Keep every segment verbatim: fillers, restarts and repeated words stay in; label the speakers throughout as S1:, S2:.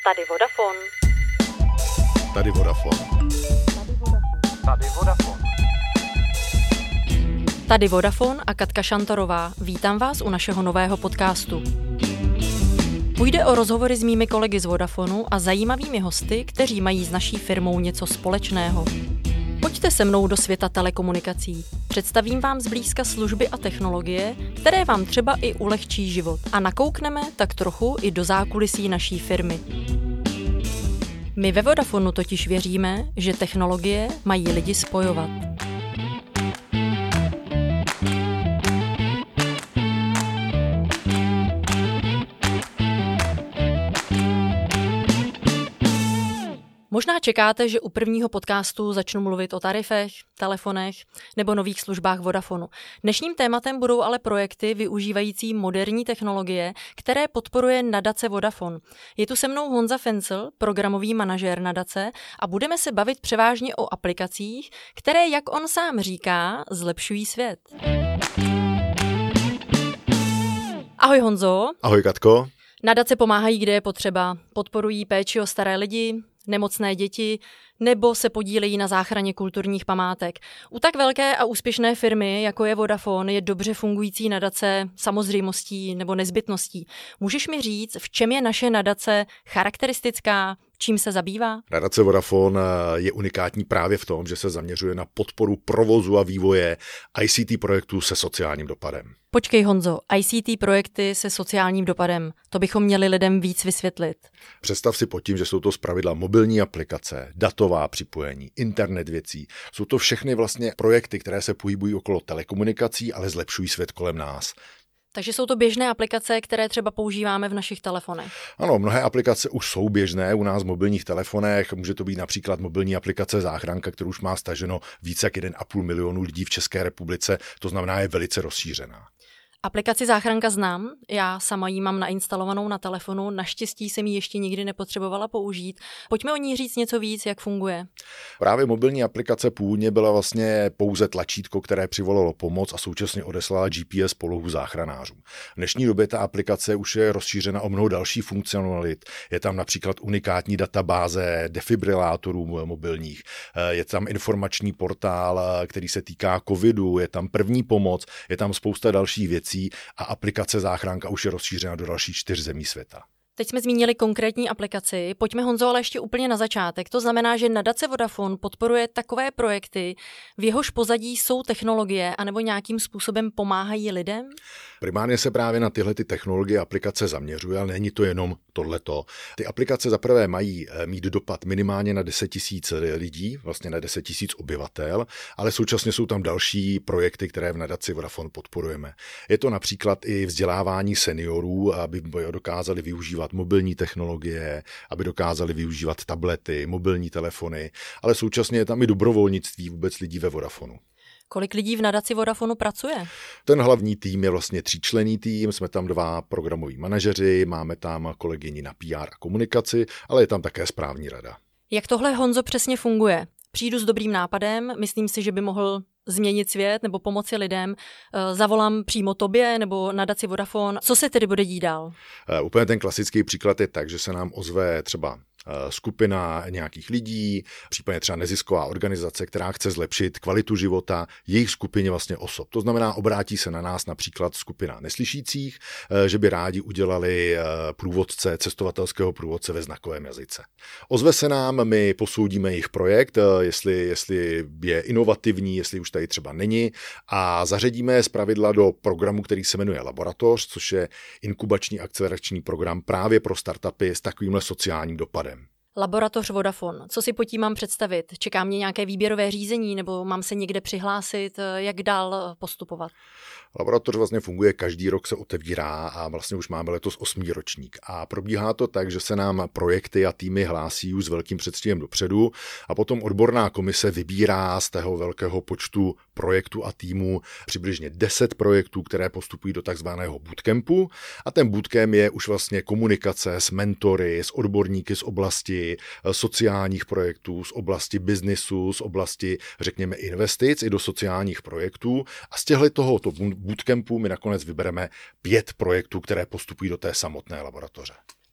S1: Tady Vodafone.
S2: Tady Vodafone.
S1: Tady Vodafone. Tady Vodafone a Katka Šantorová. Vítám vás u našeho nového podcastu. Půjde o rozhovory s mými kolegy z Vodafonu a zajímavými hosty, kteří mají s naší firmou něco společného. Pojďte se mnou do světa telekomunikací. Představím vám zblízka služby a technologie, které vám třeba i ulehčí život. A nakoukneme tak trochu i do zákulisí naší firmy. My ve Vodafonu totiž věříme, že technologie mají lidi spojovat. Možná čekáte, že u prvního podcastu začnu mluvit o tarifech, telefonech nebo nových službách Vodafonu. Dnešním tématem budou ale projekty využívající moderní technologie, které podporuje nadace Vodafone. Je tu se mnou Honza Fencl, programový manažér nadace, a budeme se bavit převážně o aplikacích, které, jak on sám říká, zlepšují svět. Ahoj Honzo.
S2: Ahoj Katko.
S1: Nadace pomáhají, kde je potřeba. Podporují péči o staré lidi, nemocné děti, nebo se podílejí na záchraně kulturních památek. U tak velké a úspěšné firmy, jako je Vodafone, je dobře fungující nadace samozřejmostí nebo nezbytností. Můžeš mi říct, v čem je naše nadace charakteristická, čím se zabývá?
S2: Nadace Vodafone je unikátní právě v tom, že se zaměřuje na podporu provozu a vývoje I C T projektů se sociálním dopadem.
S1: Počkej Honzo, I C T projekty se sociálním dopadem, to bychom měli lidem víc vysvětlit.
S2: Představ si pod tím, že jsou to zpravidla mobilní aplikace, datová připojení, internet věcí. Jsou to všechny vlastně projekty, které se pohybují okolo telekomunikací, ale zlepšují svět kolem nás.
S1: Takže jsou to běžné aplikace, které třeba používáme v našich telefonech.
S2: Ano, mnohé aplikace už jsou běžné u nás v mobilních telefonech. Může to být například mobilní aplikace Záchranka, kterou už má staženo více jak jeden a půl milionu lidí v České republice. To znamená, je velice rozšířená.
S1: Aplikaci Záchranka znám, já sama ji mám nainstalovanou na telefonu, naštěstí jsem ji ještě nikdy nepotřebovala použít. Pojďme o ní říct něco víc, jak funguje.
S2: Právě mobilní aplikace původně byla vlastně pouze tlačítko, které přivolalo pomoc a současně odeslala G P S polohu záchranářům. V dnešní době ta aplikace už je rozšířena o mnoho další funkcionalit. Je tam například unikátní databáze defibrilátorů mobilních, je tam informační portál, který se týká covidu, je tam první pomoc, je tam spousta dalších věcí. A aplikace Záchranka už je rozšířena do dalších čtyř zemí světa.
S1: Teď jsme zmínili konkrétní aplikaci. Pojďme, Honzo, ale ještě úplně na začátek. To znamená, že nadace Vodafone podporuje takové projekty, v jehož pozadí jsou technologie, anebo nějakým způsobem pomáhají lidem?
S2: Primárně se právě na tyhle ty technologie aplikace zaměřuje, ale není to jenom tohleto. Ty aplikace zaprvé mají mít dopad minimálně na deset tisíc lidí, vlastně na deset tisíc obyvatel, ale současně jsou tam další projekty, které v nadaci Vodafone podporujeme. Je to například i vzdělávání seniorů, aby dokázali využívat mobilní technologie, aby dokázali využívat tablety, mobilní telefony, ale současně je tam i dobrovolnictví vůbec lidí ve Vodafonu.
S1: Kolik lidí v nadaci Vodafonu pracuje?
S2: Ten hlavní tým je vlastně tříčlenný tým, jsme tam dva programoví manažeři, máme tam kolegyni na P R a komunikaci, ale je tam také správní rada.
S1: Jak tohle, Honzo, přesně funguje? Přijdu s dobrým nápadem, myslím si, že by mohl změnit svět nebo pomoci lidem, zavolám přímo tobě nebo nadaci Vodafone. Co se tedy bude dít dál?
S2: Uh, úplně ten klasický příklad je tak, že se nám ozve třeba skupina nějakých lidí, případně třeba nezisková organizace, která chce zlepšit kvalitu života jejich skupině vlastně osob. To znamená, obrátí se na nás například skupina neslyšících, že by rádi udělali průvodce, cestovatelského průvodce ve znakovém jazyce. Ozve se nám, my posoudíme jejich projekt, jestli, jestli je inovativní, jestli už tady třeba není, a zařadíme zpravidla do programu, který se jmenuje Laboratoř, což je inkubační akcelerační program právě pro startupy s takovýmhle sociálním dopadem.
S1: Laboratoř Vodafone. Co si pod tím mám představit? Čeká mě nějaké výběrové řízení nebo mám se někde přihlásit? Jak dál postupovat?
S2: Laboratoř vlastně funguje, každý rok se otevírá a vlastně už máme letos osmý ročník. A probíhá to tak, že se nám projekty a týmy hlásí už s velkým předstihem dopředu a potom odborná komise vybírá z toho velkého počtu projektů a týmů přibližně deset projektů, které postupují do takzvaného bootcampu. A ten bootcamp je už vlastně komunikace s mentory, s odborníky z oblasti sociálních projektů, z oblasti biznisu, z oblasti, řekněme, investic i do sociálních projektů. A z těchto tohoto bootcampu my nakonec vybereme pět projektů, které postupují do té samotné laboratoře.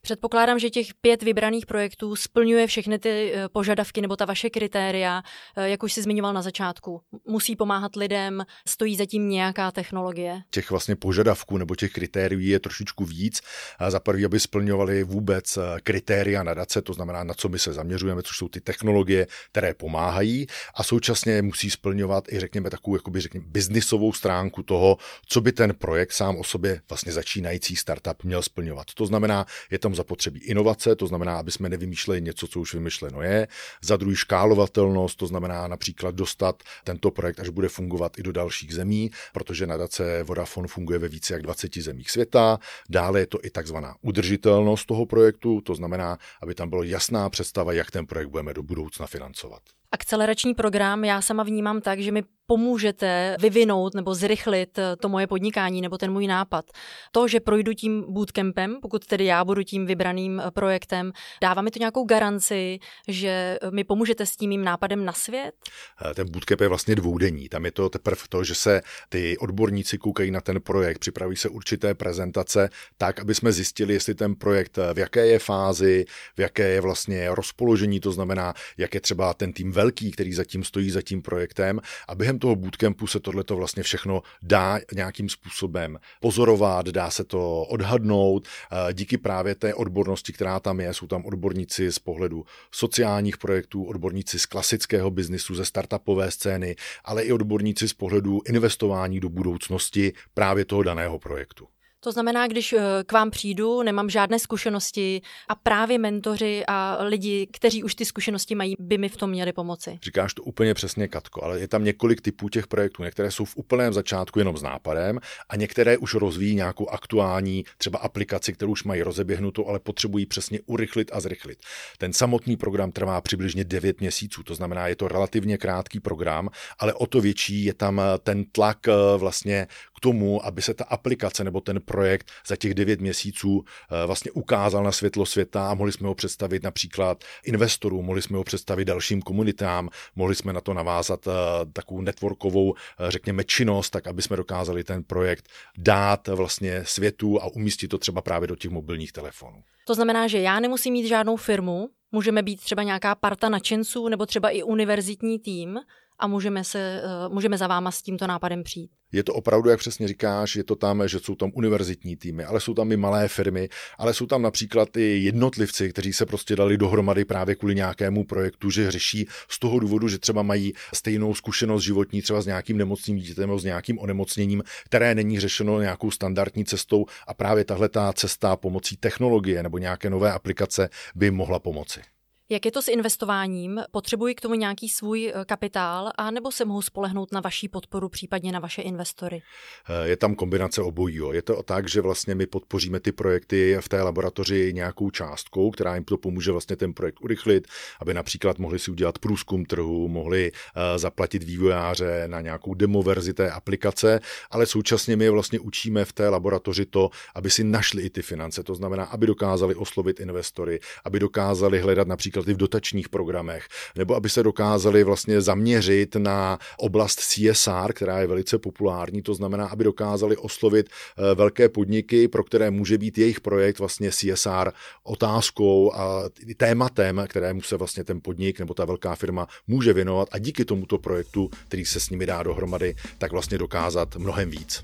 S1: Předpokládám, že těch pět vybraných projektů splňuje všechny ty požadavky nebo ta vaše kritéria, jak už jsi zmiňoval na začátku. Musí pomáhat lidem, stojí zatím nějaká technologie.
S2: Těch vlastně požadavků nebo těch kritérií je trošičku víc. Za prvý, aby splňovali vůbec kritéria nadace, to znamená, na co my se zaměřujeme, což jsou ty technologie, které pomáhají, a současně musí splňovat i řekněme takovou jakoby řekněme biznisovou stránku toho, co by ten projekt sám o sobě vlastně začínající startup měl splňovat. To znamená, je tam zapotřebí inovace, to znamená, aby jsme nevymýšleli něco, co už vymyšleno je. Za druhý škálovatelnost, to znamená například dostat tento projekt, až bude fungovat i do dalších zemí, protože nadace Vodafone funguje ve více jak dvaceti zemích světa. Dále je to i takzvaná udržitelnost toho projektu, to znamená, aby tam byla jasná představa, jak ten projekt budeme do budoucna financovat.
S1: Akcelerační program já sama vnímám tak, že mi pomůžete vyvinout nebo zrychlit to moje podnikání nebo ten můj nápad. To, že projdu tím bootcampem, pokud tedy já budu tím vybraným projektem, dává mi to nějakou garanci, že mi pomůžete s tím mým nápadem na svět?
S2: Ten bootcamp je vlastně dvoudenní. Tam je to teprve to, že se ty odborníci koukají na ten projekt, připraví se určité prezentace tak, aby jsme zjistili, jestli ten projekt v jaké je fázi, v jaké je vlastně rozpoložení, to znamená, jak je třeba ten tým velký, který zatím stojí za tím projektem, a během toho bootcampu se tohleto vlastně všechno dá nějakým způsobem pozorovat, dá se to odhadnout. Díky právě té odbornosti, která tam je, jsou tam odborníci z pohledu sociálních projektů, odborníci z klasického biznisu, ze startupové scény, ale i odborníci z pohledu investování do budoucnosti právě toho daného projektu.
S1: To znamená, když k vám přijdu, nemám žádné zkušenosti a právě mentoři a lidi, kteří už ty zkušenosti mají, by mi v tom měli pomoci.
S2: Říkáš to úplně přesně, Katko, ale je tam několik typů těch projektů. Některé jsou v úplném začátku jenom s nápadem a některé už rozvíjí nějakou aktuální třeba aplikaci, kterou už mají rozeběhnutou, ale potřebují přesně urychlit a zrychlit. Ten samotný program trvá přibližně devět měsíců, to znamená, je to relativně krátký program, ale o to větší je tam ten tlak vlastně k tomu, aby se ta aplikace nebo ten projekt za těch devět měsíců vlastně ukázal na světlo světa a mohli jsme ho představit například investorům, mohli jsme ho představit dalším komunitám, mohli jsme na to navázat takovou networkovou, řekněme, činnost, tak aby jsme dokázali ten projekt dát vlastně světu a umístit to třeba právě do těch mobilních telefonů.
S1: To znamená, že já nemusím mít žádnou firmu, můžeme být třeba nějaká parta nadšenců nebo třeba i univerzitní tým a můžeme, se, můžeme za váma s tímto nápadem přijít.
S2: Je to opravdu, jak přesně říkáš, je to tam, že jsou tam univerzitní týmy, ale jsou tam i malé firmy, ale jsou tam například i jednotlivci, kteří se prostě dali dohromady právě kvůli nějakému projektu, že řeší z toho důvodu, že třeba mají stejnou zkušenost životní, třeba s nějakým nemocným dítětem nebo s nějakým onemocněním, které není řešeno nějakou standardní cestou, a právě tahle ta cesta pomocí technologie nebo nějaké nové aplikace by mohla pomoci.
S1: Jak je to s investováním? Potřebuji k tomu nějaký svůj kapitál, a nebo se mohu spolehnout na vaší podporu, případně na vaše investory?
S2: Je tam kombinace obojího. Je to tak, že vlastně my podpoříme ty projekty v té laboratoři nějakou částkou, která jim to pomůže vlastně ten projekt urychlit, aby například mohli si udělat průzkum trhu, mohli zaplatit vývojáře na nějakou demo verzi té aplikace, ale současně my je vlastně učíme v té laboratoři to, aby si našli i ty finance. To znamená, aby dokázali oslovit investory, aby dokázali hledat například i v dotačních programech, nebo aby se dokázali vlastně zaměřit na oblast C S R, která je velice populární, to znamená, aby dokázali oslovit velké podniky, pro které může být jejich projekt vlastně C S R otázkou a tématem, kterému se vlastně ten podnik nebo ta velká firma může věnovat, a díky tomuto projektu, který se s nimi dá dohromady, tak vlastně dokázat mnohem víc.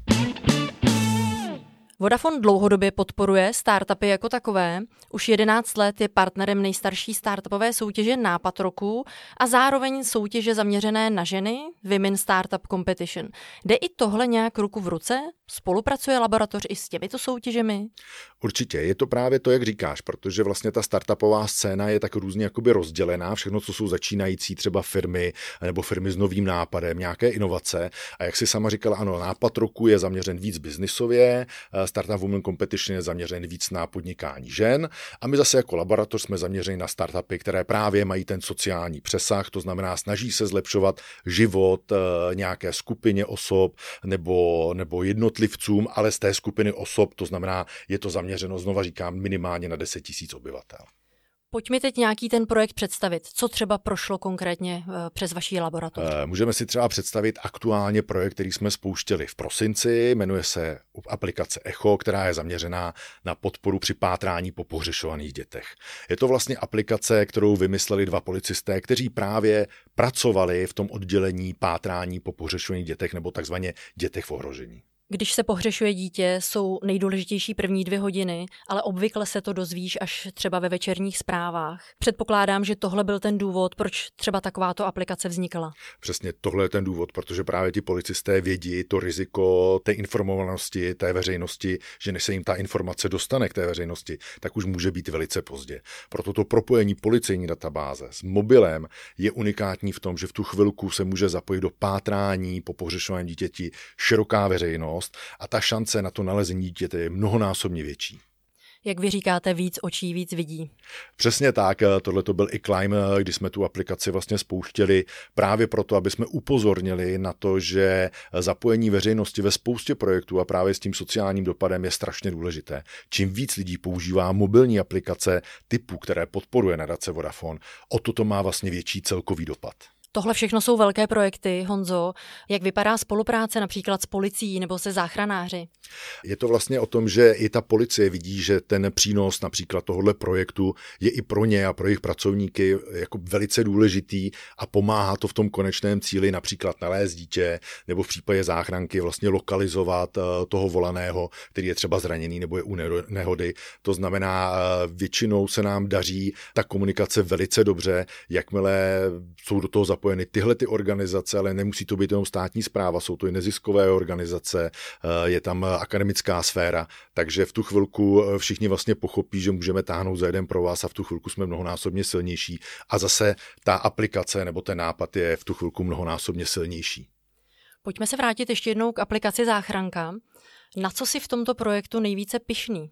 S1: Vodafone dlouhodobě podporuje startupy jako takové. Už jedenáct let je partnerem nejstarší startupové soutěže Nápad roku a zároveň soutěže zaměřené na ženy Women Startup Competition. Jde i tohle nějak ruku v ruce? Spolupracuje laboratoř i s těmito soutěžemi?
S2: Určitě, je to právě to, jak říkáš, protože vlastně ta startupová scéna je tak různě jakoby rozdělená, všechno, co jsou začínající třeba firmy nebo firmy s novým nápadem, nějaké inovace. A jak si sama říkala, ano, Nápad roku je zaměřen víc biznisově, Startup Women Competition je zaměřen víc na podnikání žen, a my zase jako laboratoř jsme zaměřeni na startupy, které právě mají ten sociální přesah, to znamená, snaží se zlepšovat život nějaké skupině osob nebo, nebo jednotlivcům, ale z té skupiny osob, to znamená, je to zaměřeno, znova říkám, minimálně na deset tisíc obyvatel.
S1: Pojď mi teď nějaký ten projekt představit. Co třeba prošlo konkrétně přes vaší laboratoř?
S2: Můžeme si třeba představit aktuálně projekt, který jsme spouštěli v prosinci. Jmenuje se aplikace Echo, která je zaměřená na podporu při pátrání po pohřešovaných dětech. Je to vlastně aplikace, kterou vymysleli dva policisté, kteří právě pracovali v tom oddělení pátrání po pohřešovaných dětech nebo takzvaně dětech v ohrožení.
S1: Když se pohřešuje dítě, jsou nejdůležitější první dvě hodiny, ale obvykle se to dozvíš až třeba ve večerních zprávách. Předpokládám, že tohle byl ten důvod, proč třeba takováto aplikace vznikla.
S2: Přesně tohle je ten důvod, protože právě ti policisté vědí to riziko té informovanosti té veřejnosti, že než se jim ta informace dostane k té veřejnosti, tak už může být velice pozdě. Proto to propojení policejní databáze s mobilem je unikátní v tom, že v tu chvilku se může zapojit do pátrání po pohřešovaném dítěti široká veřejnost, a ta šance na to nalezení dítěte je mnohonásobně větší.
S1: Jak vy říkáte, víc očí, víc vidí.
S2: Přesně tak, tohle to byl i Climb, kdy jsme tu aplikaci vlastně spouštěli právě proto, aby jsme upozornili na to, že zapojení veřejnosti ve spoustě projektů a právě s tím sociálním dopadem je strašně důležité. Čím víc lidí používá mobilní aplikace typu, které podporuje nadace Vodafone, o to to má vlastně větší celkový dopad.
S1: Tohle všechno jsou velké projekty, Honzo. Jak vypadá spolupráce například s policií nebo se záchranáři?
S2: Je to vlastně o tom, že i ta policie vidí, že ten přínos například tohohle projektu je i pro ně a pro jejich pracovníky jako velice důležitý a pomáhá to v tom konečném cíli například nalézt dítě nebo v případě záchranky vlastně lokalizovat toho volaného, který je třeba zraněný nebo je u nehody. To znamená, většinou se nám daří ta komunikace velice dobře, jakmile jsou do toho zapojeny tyhle ty organizace, ale nemusí to být jenom státní správa, jsou to i neziskové organizace, je tam akademická sféra, takže v tu chvilku všichni vlastně pochopí, že můžeme táhnout za jeden pro vás a v tu chvilku jsme mnohonásobně silnější a zase ta aplikace nebo ten nápad je v tu chvilku mnohonásobně silnější.
S1: Pojďme se vrátit ještě jednou k aplikaci Záchranka. Na co si v tomto projektu nejvíce pyšný?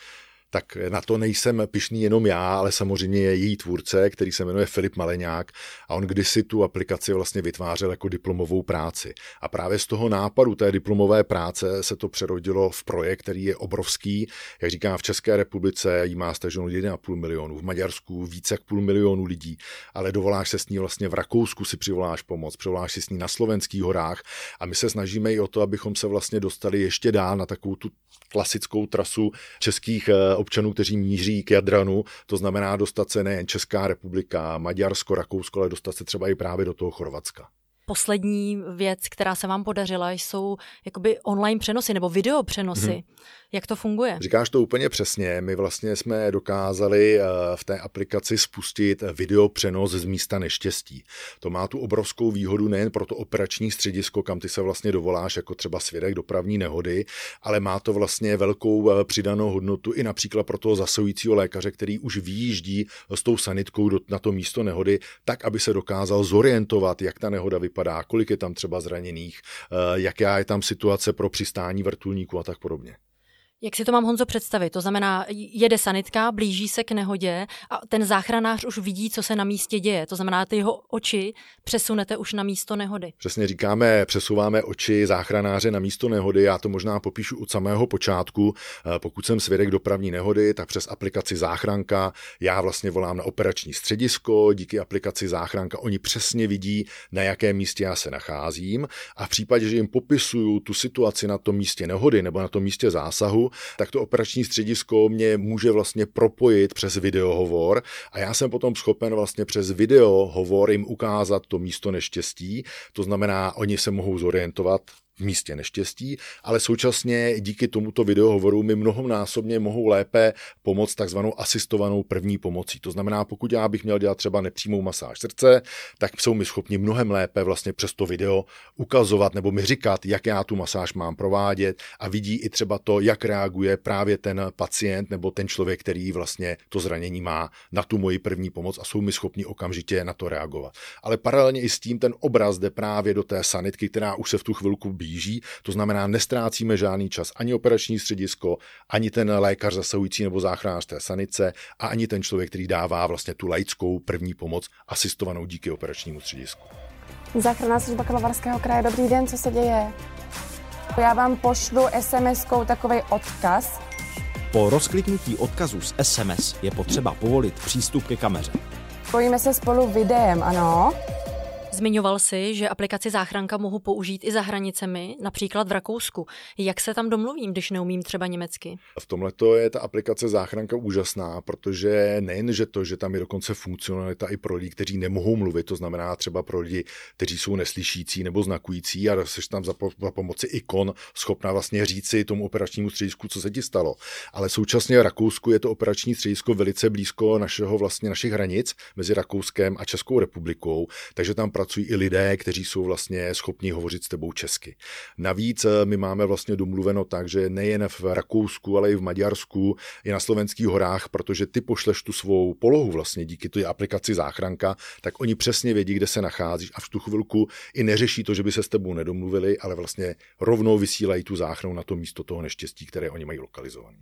S2: Tak na to nejsem pyšný jenom já, ale samozřejmě je její tvůrce, který se jmenuje Filip Maleňák a on kdysi tu aplikaci vlastně vytvářel jako diplomovou práci. A právě z toho nápadu té diplomové práce se to přerodilo v projekt, který je obrovský. Jak říkám, v České republice jí má staženo jedna a půl milionu, v Maďarsku více jak půl milionu lidí, ale dovoláš se s ní vlastně v Rakousku si přivoláš pomoc, přivoláš si s ní na Slovenských horách a my se snažíme i o to, abychom se vlastně dostali ještě dál na takovou tu klasickou trasu českých občanů, kteří míří k Jadranu, to znamená dostat se nejen Česká republika, Maďarsko, Rakousko, ale dostat se třeba i právě do toho Chorvatska.
S1: Poslední věc, která se vám podařila, jsou jakoby online přenosy nebo video přenosy. Hmm. Jak to funguje?
S2: Říkáš to úplně přesně. My vlastně jsme dokázali v té aplikaci spustit video přenos z místa neštěstí. To má tu obrovskou výhodu nejen pro to operační středisko, kam ty se vlastně dovoláš jako třeba svědek dopravní nehody, ale má to vlastně velkou přidanou hodnotu i například pro toho zasahujícího lékaře, který už vyjíždí s tou sanitkou na to místo nehody, tak, aby se dokázal zorientovat, jak ta nehoda vypadá, kolik je tam třeba zraněných, jaká je tam situace pro přistání vrtulníků a tak podobně.
S1: Jak si to mám, Honzo, představit? To znamená, jede sanitka, blíží se k nehodě a ten záchranář už vidí, co se na místě děje. To znamená, ty jeho oči přesunete už na místo nehody.
S2: Přesně říkáme, přesouváme oči záchranáře na místo nehody. Já to možná popíšu od samého počátku. Pokud jsem svědek dopravní nehody, tak přes aplikaci Záchranka já vlastně volám na operační středisko. Díky aplikaci Záchranka oni přesně vidí, na jakém místě já se nacházím. A v případě, že jim popisuju tu situaci na tom místě nehody nebo na tom místě zásahu, tak to operační středisko mě může vlastně propojit přes videohovor a já jsem potom schopen vlastně přes videohovor jim ukázat to místo neštěstí. To znamená, oni se mohou zorientovat v místě neštěstí, ale současně díky tomuto videohovoru mi mnohonásobně mohou lépe pomoct takzvanou asistovanou první pomocí. To znamená, pokud já bych měl dělat třeba nepřímou masáž srdce, tak jsou mi schopni mnohem lépe vlastně přes to video ukazovat nebo mi říkat, jak já tu masáž mám provádět a vidí i třeba to, jak reaguje právě ten pacient nebo ten člověk, který vlastně to zranění má na tu moji první pomoc a jsou mi schopni okamžitě na to reagovat. Ale paralelně i s tím ten obraz jde právě do té sanitky, která už se v tu chvilku blíží, to znamená, nestrácíme žádný čas ani operační středisko, ani ten lékař zasahující nebo záchranář té sanice a ani ten člověk, který dává vlastně tu laickou první pomoc asistovanou díky operačnímu středisku.
S3: Záchranná služba Karlovarského kraje, dobrý den, co se děje? Já vám pošlu es em eskou takovej odkaz
S4: Po rozkliknutí odkazu z es em es je potřeba povolit přístup ke kameře.
S3: Spojíme se spolu videem, ano?
S1: Zmiňoval si, že aplikaci Záchranka mohu použít i za hranicemi, například v Rakousku. Jak se tam domluvím, když neumím třeba německy?
S2: V tomhleto je ta aplikace Záchranka úžasná, protože nejen, že to, že tam je dokonce funkcionalita i pro lidi, kteří nemohou mluvit, to znamená třeba pro lidi, kteří jsou neslyšící nebo znakující, a jsi tam za, po, za pomoci ikon schopná vlastně říci tomu operačnímu středisku, co se ti stalo. Ale současně v Rakousku je to operační středisko velice blízko našeho vlastně našich hranic mezi Rakouskem a Českou republikou, takže tam pracují i lidé, kteří jsou vlastně schopni hovořit s tebou česky. Navíc my máme vlastně domluveno tak, že nejen v Rakousku, ale i v Maďarsku, i na Slovenských horách, protože ty pošleš tu svou polohu vlastně díky té aplikaci Záchranka, tak oni přesně vědí, kde se nacházíš a v tu chvilku i neřeší to, že by se s tebou nedomluvili, ale vlastně rovnou vysílají tu záchranu na to místo toho neštěstí, které oni mají lokalizované.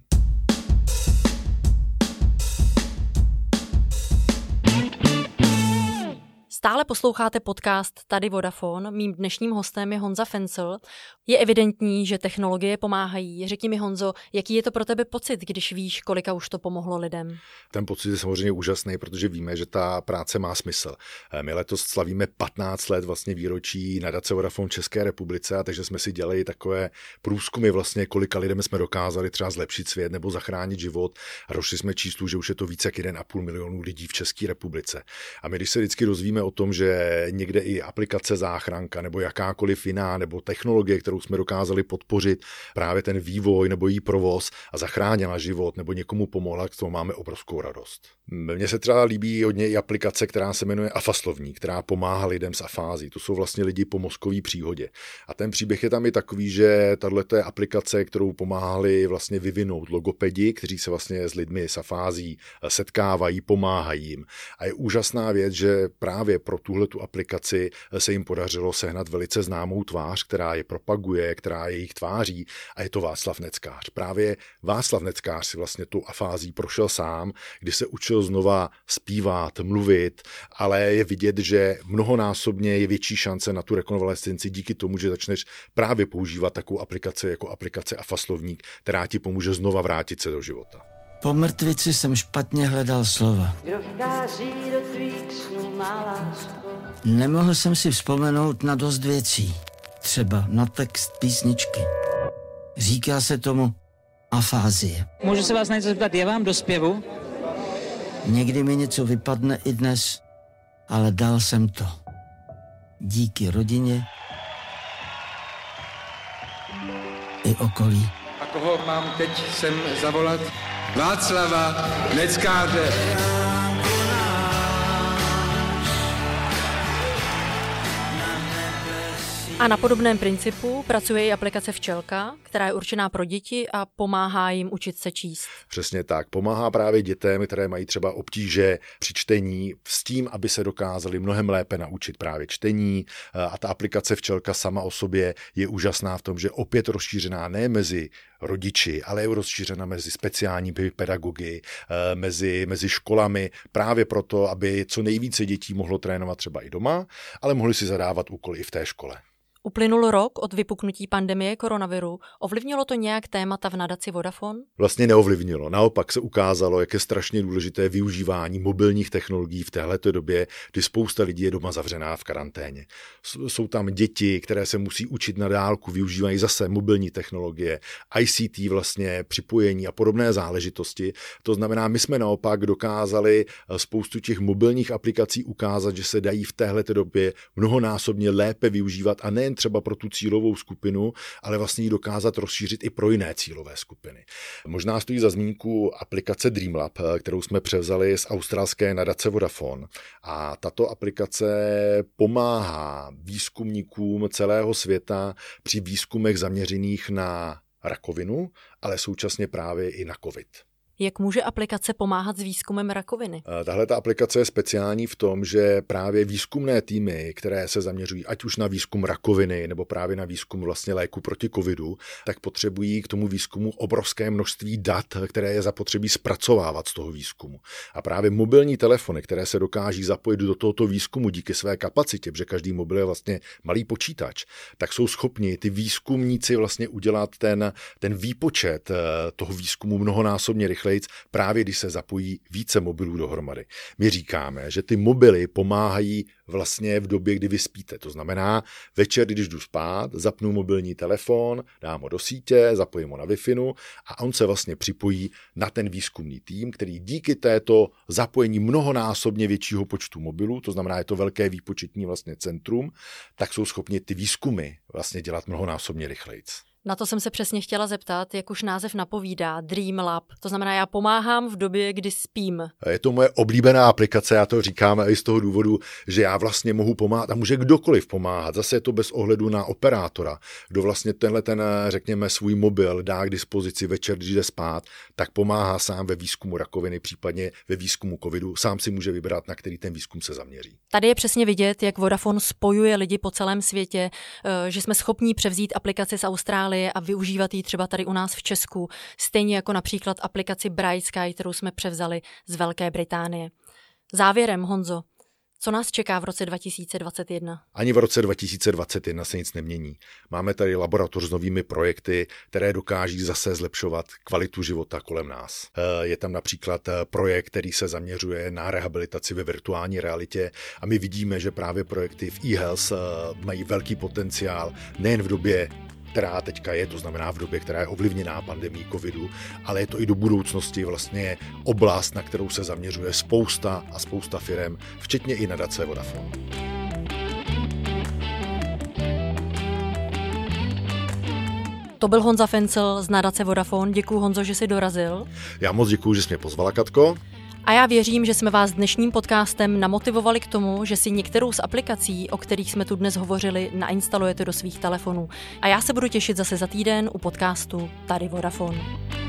S1: Stále posloucháte podcast Tady Vodafone. Mým dnešním hostem je Honza Fencl. Je evidentní, že technologie pomáhají. Řekni mi, Honzo, jaký je to pro tebe pocit, když víš, kolika už to pomohlo lidem?
S2: Ten pocit je samozřejmě úžasný, protože víme, že ta práce má smysl. My letos slavíme patnáct let vlastně výročí nadace Vodafone České republice, a takže jsme si dělali takové průzkumy vlastně, kolika lidem jsme dokázali třeba zlepšit svět nebo zachránit život. A došli jsme číslu, že už je to více jak jeden a půl milionu lidí v České republice. A my když se vždycky dozvíme o tom, že někde i aplikace Záchranka nebo jakákoliv jiná nebo technologie, kterou jsme dokázali podpořit, právě ten vývoj nebo jí provoz a zachránila život nebo někomu pomohla, k tomu máme obrovskou radost. Mně se třeba líbí hodně i aplikace, která se jmenuje Afaslovník, která pomáhá lidem s afází. To jsou vlastně lidi po mozkové příhodě. A ten příběh je tam i takový, že tato je aplikace, kterou pomáhali vlastně vyvinout logopedi, kteří se vlastně s lidmi s afází setkávají, pomáhají jim. A je úžasná věc, že právě pro tuhletu aplikaci se jim podařilo sehnat velice známou tvář, která je propaguje, která je jejich tváří, a je to Václav Neckář. Právě Václav Neckář si vlastně tu afází prošel sám, kdy se učil znova zpívat, mluvit, ale je vidět, že mnohonásobně je větší šance na tu rekonvalescenci díky tomu, že začneš právě používat takovou aplikaci jako aplikace Afaslovník, která ti pomůže znova vrátit se do života.
S5: Po mrtvici jsem špatně hledal slova. Nemohl jsem si vzpomenout na dost věcí. Třeba na text písničky. Říká se tomu afázie.
S6: Můžu se vás něco zeptat, je vám do zpěvu?
S5: Někdy mi něco vypadne i dnes, ale dal jsem to. Díky rodině i okolí.
S7: A koho mám teď sem zavolat? Václava Neckáře.
S1: A na podobném principu pracuje i aplikace Včelka, která je určená pro děti a pomáhá jim učit se číst.
S2: Přesně tak. Pomáhá právě dětem, které mají třeba obtíže při čtení, s tím, aby se dokázali mnohem lépe naučit právě čtení. A ta aplikace Včelka sama o sobě je úžasná v tom, že opět rozšířená ne mezi rodiči, ale je rozšířena mezi speciálními pedagogy, mezi, mezi školami, právě proto, aby co nejvíce dětí mohlo trénovat třeba i doma, ale mohli si zadávat úkoly i v té škole.
S1: Uplynul rok od vypuknutí pandemie koronaviru. Ovlivnilo to nějak témata v nadaci Vodafone?
S2: Vlastně neovlivnilo. Naopak se ukázalo, jak je strašně důležité využívání mobilních technologií v téhleté době, kdy spousta lidí je doma zavřená v karanténě. Jsou tam děti, které se musí učit na dálku, využívají zase mobilní technologie, í cé té vlastně připojení a podobné záležitosti. To znamená, my jsme naopak dokázali spoustu těch mobilních aplikací ukázat, že se dají v téhleté době mnohonásobně lépe využívat a nejen třeba pro tu cílovou skupinu, ale vlastně ji dokázat rozšířit i pro jiné cílové skupiny. Možná stojí za zmínku aplikace Dreamlab, kterou jsme převzali z australské nadace Vodafone. A tato aplikace pomáhá výzkumníkům celého světa při výzkumech zaměřených na rakovinu, ale současně právě i na COVID.
S1: Jak může aplikace pomáhat s výzkumem rakoviny?
S2: Tahle ta aplikace je speciální v tom, že právě výzkumné týmy, které se zaměřují ať už na výzkum rakoviny nebo právě na výzkum vlastně léku proti covidu, tak potřebují k tomu výzkumu obrovské množství dat, které je zapotřebí zpracovávat z toho výzkumu. A právě mobilní telefony, které se dokáží zapojit do tohoto výzkumu díky své kapacitě, protože každý mobil je vlastně malý počítač, tak jsou schopni ty výzkumníci vlastně udělat ten, ten výpočet toho výzkumu mnohonásobně rychleji, právě když se zapojí více mobilů dohromady. My říkáme, že ty mobily pomáhají vlastně v době, kdy vy spíte. To znamená, večer, když jdu spát, zapnu mobilní telefon, dám ho do sítě, zapojím ho na Wi-Fi a on se vlastně připojí na ten výzkumný tým, který díky této zapojení mnohonásobně většího počtu mobilů, to znamená, je to velké výpočetní vlastně centrum, tak jsou schopni ty výzkumy vlastně dělat mnohonásobně rychleji.
S1: Na to jsem se přesně chtěla zeptat, jak už název napovídá, Dream Lab. To znamená, já pomáhám v době, kdy spím.
S2: Je to moje oblíbená aplikace, já to říkám i z toho důvodu, že já vlastně mohu pomáhat a může kdokoliv pomáhat. Zase je to bez ohledu na operátora. Kdo vlastně tenhle ten, řekněme, svůj mobil dá k dispozici večer, když jde spát, tak pomáhá sám ve výzkumu rakoviny, případně ve výzkumu covidu. Sám si může vybrat, na který ten výzkum se zaměří.
S1: Tady je přesně vidět, jak Vodafone spojuje lidi po celém světě, že jsme schopní převzít aplikaci z Austrálie a využívat ji třeba tady u nás v Česku, stejně jako například aplikaci Bright Sky, kterou jsme převzali z Velké Británie. Závěrem, Honzo, co nás čeká v roce dva tisíce dvacet jedna?
S2: Ani v roce dva tisíce dvacet jedna se nic nemění. Máme tady laboratoř s novými projekty, které dokáží zase zlepšovat kvalitu života kolem nás. Je tam například projekt, který se zaměřuje na rehabilitaci ve virtuální realitě a my vidíme, že právě projekty v e-health mají velký potenciál nejen v době, která teďka je, to znamená v době, která je ovlivněná pandemií covidu, ale je to i do budoucnosti vlastně oblast, na kterou se zaměřuje spousta a spousta firem, včetně i nadace Vodafone.
S1: To byl Honza Fencl z nadace Vodafone. Děkuju, Honzo, že jsi dorazil.
S2: Já moc děkuju, že jsi mě pozvala, Katko.
S1: A já věřím, že jsme vás dnešním podcastem namotivovali k tomu, že si některou z aplikací, o kterých jsme tu dnes hovořili, nainstalujete do svých telefonů. A já se budu těšit zase za týden u podcastu Tady Vodafone.